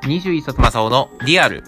21冊正雄のリアル。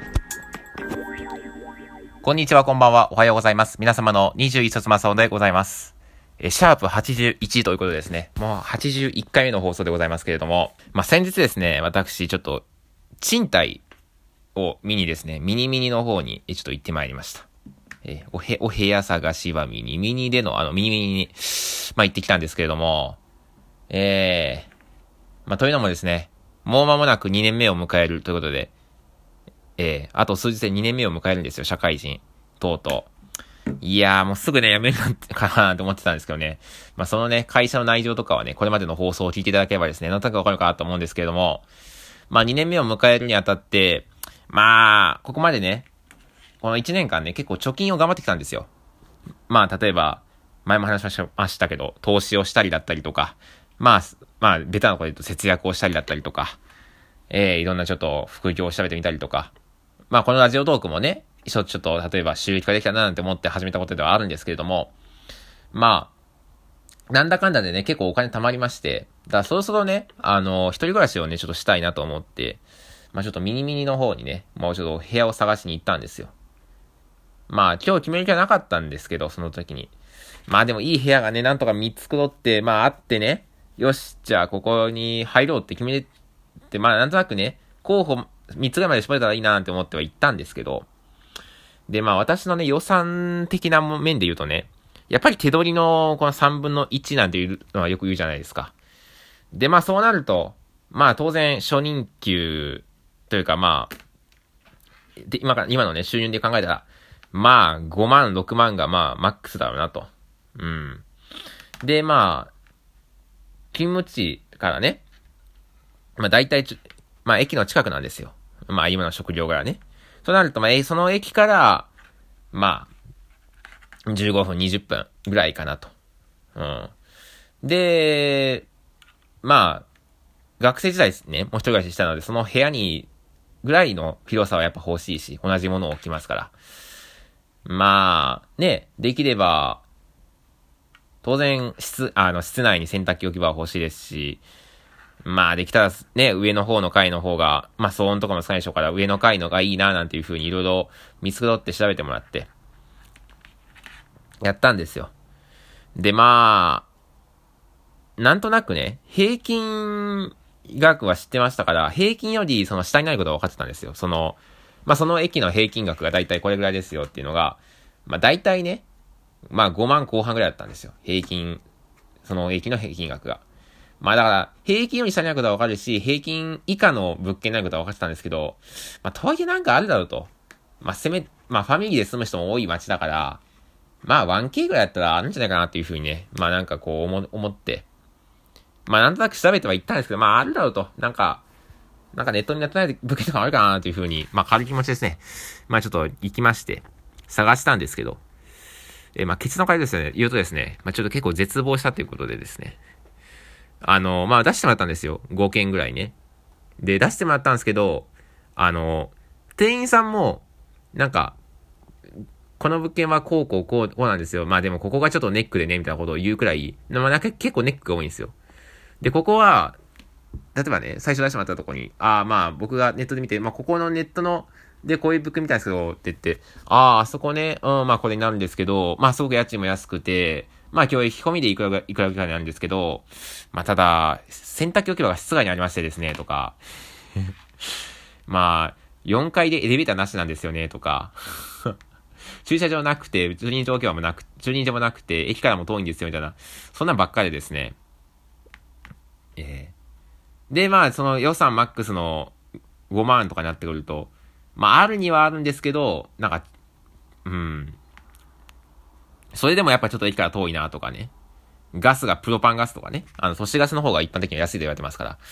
こんにちは、こんばんは、おはようございます。皆様の21冊正雄でございます。シャープ81ということでですね、もう81回目の放送でございますけれども、先日ですね、私ちょっと賃貸を見にですね、ミニの方にちょっと行ってまいりました。お部屋探しはミニでのミニに、行ってきたんですけれども、というのもですね、もう間もなく2年目を迎えるということで、あと数日で2年目を迎えるんですよ、社会人。とうとう。いやー、もうすぐね、辞めるなんてかなと思ってたんですけどね。そのね、会社の内情とかはね、これまでの放送を聞いていただければですね、なんとなくわかるかなと思うんですけれども、2年目を迎えるにあたって、ここまでね、この1年間ね、結構貯金を頑張ってきたんですよ。例えば、前も話しましたけど、投資をしたりだったりとか、ベタなこと言うと節約をしたりだったりとか、いろんなちょっと副業を調べてみたりとか、このラジオトークもね、ちょっと例えば収益化できたななんて思って始めたことではあるんですけれども、なんだかんだでね、結構お金貯まりまして、だからそろそろね、一人暮らしをね、ちょっとしたいなと思って、ちょっとミニの方にね、もうちょっと部屋を探しに行ったんですよ。今日決める気はなかったんですけど、その時に。でもいい部屋がね、なんとか見繕って、あってね、よし、じゃあここに入ろうって決めて、なんとなくね、候補3つぐらいまで絞れたらいいなーって思っては行ったんですけど、で、私のね、予算的な面で言うとね、やっぱり手取りのこの3分の1なんていうのはよく言うじゃないですか。で、そうなると、当然初任給というかで、今のね、収入で考えたら、5万、6万がマックスだろうなと。うん。で、勤務地からね、大体駅の近くなんですよ。今の職業柄ね。そうなると、その駅から、15分、20分ぐらいかなと。うん。で、学生時代ですね、もう一人暮らししたので、その部屋に、ぐらいの広さはやっぱ欲しいし、同じものを置きますから。できれば、当然、室内に洗濯機置き場は欲しいですし、できたらね、上の方の階の方が、騒音とかも少ないでしょうから、上の階のがいいな、なんていう風にいろいろ見繕って調べてもらって、やったんですよ。で、なんとなくね、平均額は知ってましたから、平均よりその下になることが分かってたんですよ。その駅の平均額がだいたいこれぐらいですよっていうのが、だいたいね、5万後半ぐらいだったんですよ。その駅の平均額が。だから、平均より下になることはわかるし、平均以下の物件になることは分かってたんですけど、とはいえなんかあるだろうと。ファミリーで住む人も多い街だから、1K ぐらいだったらあるんじゃないかなっていうふうにね、なんかこう思って、なんとなく調べてはいったんですけど、あるだろうと。なんかネットにやってない物件とかあるかなっていうふうに、軽い気持ちですね。ちょっと行きまして、探したんですけど、結論からですね、言うとですね、ちょっと結構絶望したということでですね、出してもらったんですよ。5件ぐらいね。で、出してもらったんですけど、店員さんも、この物件はこうなんですよ。でもここがちょっとネックでね、みたいなことを言うくらい、結構ネックが多いんですよ。で、ここは、例えばね、最初出してもらったとこに、僕がネットで見て、ここのネットの、で、こういう物件みたいですけど、って言って、あそこね、これになるんですけど、すごく家賃も安くて、今日引き込みでいくらぐらいなんですけど、ただ、洗濯機置き場が室外にありましてですね、とか、4階でエレベーターなしなんですよね、とか、駐車場なくて、駐輪場もなくて、駅からも遠いんですよ、みたいな、そんなんばっかりですね。で、その予算マックスの5万とかになってくると、あるにはあるんですけど、それでもやっぱちょっと駅から遠いなとかね。ガスがプロパンガスとかね。都市ガスの方が一般的には安いと言われてますから。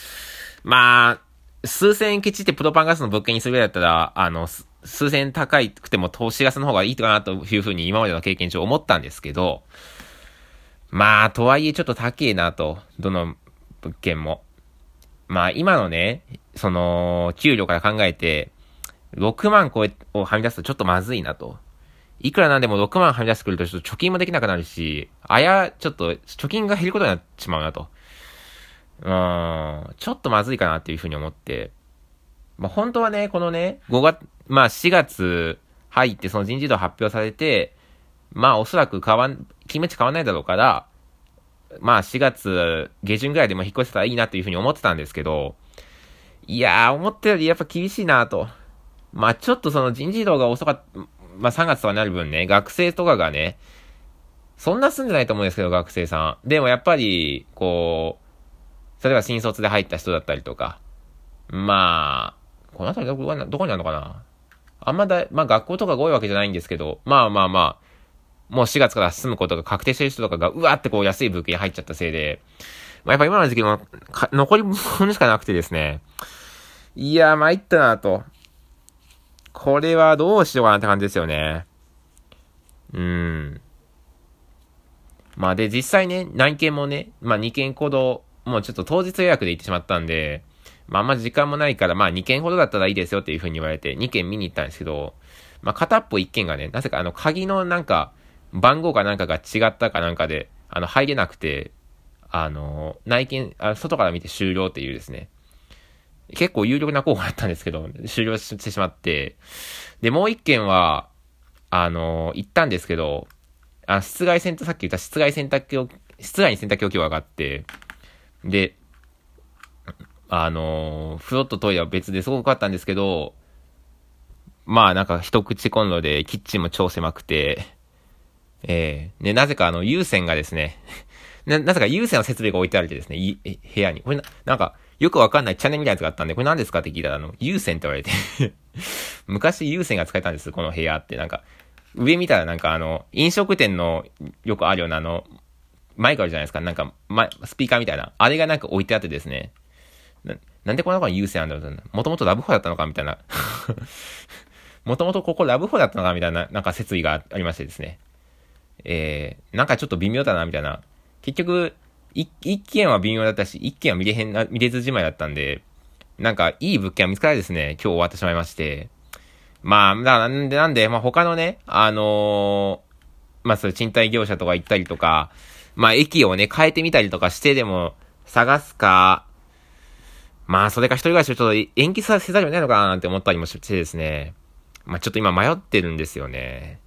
数千円ケチってプロパンガスの物件にするぐらいだったら、数千円高くても都市ガスの方がいいかなというふうに今までの経験上思ったんですけど、とはいえちょっと高えなと。どの物件も。今のね、その、給料から考えて、6万をはみ出すとちょっとまずいなと。いくらなんでも6万はみ出してくるとちょっと貯金もできなくなるし、ちょっと貯金が減ることになってしまうなと。ちょっとまずいかなっていうふうに思って。 まあ、本当はね、このね、4月入ってその人事異動発表されて、まあおそらく勤務地変わんないだろうから、まあ4月下旬ぐらいでも引っ越せたらいいなというふうに思ってたんですけど、いやー、思ったよりやっぱ厳しいなと。まあちょっとその人事異動が遅かった、まあ3月とかになる分ね、学生とかがね、そんな住んでないと思うんですけど、学生さん。でもやっぱり、こう、例えば新卒で入った人だったりとか、まあ、この辺りどこにあるのかな。まあ学校とかが多いわけじゃないんですけど、まあまあまあ、もう4月から住むことが確定してる人とかが、うわーってこう安い物件に入っちゃったせいで、まあ、やっぱ今の時期も残り物しかなくてですね、いやー参ったなと。これはどうしようかなって感じですよね。まあで、実際ね、何件もね、まあ2件ほど、もうちょっと当日予約で行ってしまったんで、まああんま時間もないから、まあ2件ほどだったらいいですよっていう風に言われて、2件見に行ったんですけど、まあ片っぽ1件がね、なぜか鍵のなんか、番号かなんかが違ったかなんかで、入れなくて、外から見て終了っていうですね、結構有力な候補だったんですけど、終了してしまって、で、もう1件は、行ったんですけど、さっき言った室外に洗濯機置き場があって、で、風呂とトイレは別ですごく良かったんですけど、まあなんか一口コンロでキッチンも超狭くて、なぜか有線がですね、なぜか有線の設備が置いてあるてですね、部屋に。これなんか、よくわかんないチャンネルみたいなやつがあったんで、これ何ですかって聞いたら有線って言われて昔有線が使えたんです、この部屋って。なんか、上見たらなんか飲食店のよくあるようなマイクあるじゃないですか。なんか、スピーカーみたいな。あれがなんか置いてあってですね。なんでこの中に有線あるんだろう。もともとラブホだったのかみたいな。もともとここラブホだったのかみたいな、なんか設備がありましてですね。なんかちょっと微妙だな、みたいな。結局、一件は微妙だったし、一件は見れずじまいだったんで、なんかいい物件は見つからですね、今日終わってしまいまして。まあ、なんで、まあ他のね、まあそういう賃貸業者とか行ったりとか、まあ駅をね、変えてみたりとかしてでも探すか、まあそれか一人暮らしをちょっと延期せざるを得ないのかななんて思ったりもしてですね。まあちょっと今迷ってるんですよね。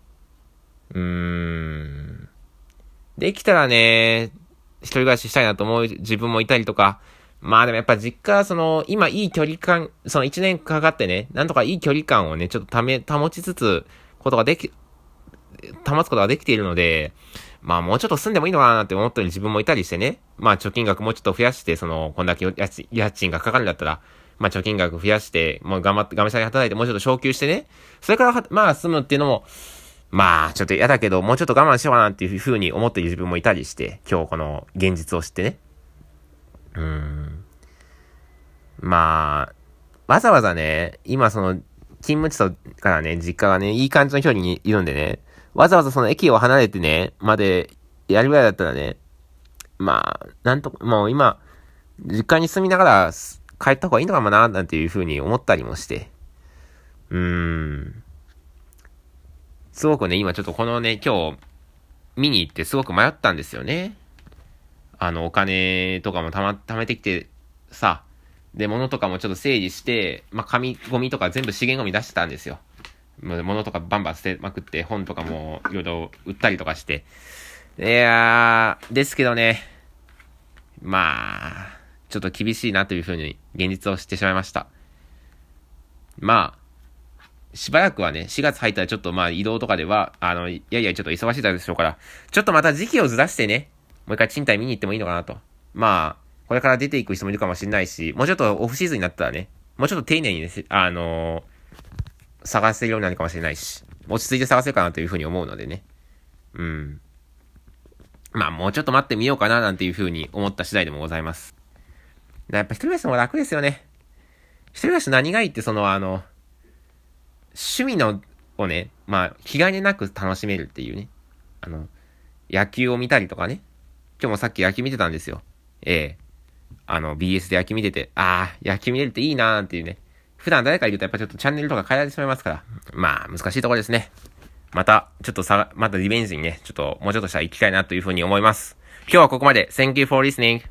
できたらね、一人暮らししたいなと思う自分もいたりとか、まあでもやっぱ実家、今いい距離感、その1年かかってね、なんとかいい距離感をね、ちょっと保ちつつ、保つことができているので、まあもうちょっと住んでもいいのかなって思ってる自分もいたりしてね、まあ貯金額もうちょっと増やして、こんだけ家賃がかかるんだったら、まあ貯金額増やして、もうがむしゃらに働いてもうちょっと昇給してね、それからまあ住むっていうのも、まあちょっと嫌だけど、もうちょっと我慢しようかなっていう風に思っている自分もいたりして、今日この現実を知ってね。まあ、わざわざね、今勤務地からね、実家がね、いい感じの距離にいるんでね、わざわざその駅を離れてね、までやるぐらいだったらね、まあ、もう今、実家に住みながら帰った方がいいのかもな、なんていう風に思ったりもして。すごくね、今ちょっとこのね、今日、見に行ってすごく迷ったんですよね。お金とかも貯めてきて、さ、で、物とかもちょっと整理して、まあ、ゴミとか全部資源ゴミ出してたんですよ。物とかバンバン捨てまくって、本とかもいろいろ売ったりとかして。いやー、ですけどね、まあ、ちょっと厳しいなというふうに現実を知ってしまいました。まあ、しばらくはね、4月入ったらちょっとまあ移動とかでは、ちょっと忙しいでしょうから、ちょっとまた時期をずらしてね、もう一回賃貸見に行ってもいいのかなと。まあ、これから出ていく人もいるかもしれないし、もうちょっとオフシーズンになったらね、もうちょっと丁寧にね、探せるようになるかもしれないし、落ち着いて探せるかなというふうに思うのでね。まあ、もうちょっと待ってみようかななんていうふうに思った次第でもございます。やっぱ一人暮らしも楽ですよね。一人暮らし何がいいって趣味をね、まあ、気兼ねなく楽しめるっていうね。野球を見たりとかね。今日もさっき野球見てたんですよ。BS で野球見てて、野球見れるっていいなーなんていうね。普段誰かいるとやっぱちょっとチャンネルとか変えられてしまいますから。まあ、難しいところですね。またリベンジにね、もうちょっとしたら行きたいなというふうに思います。今日はここまで。Thank you for listening.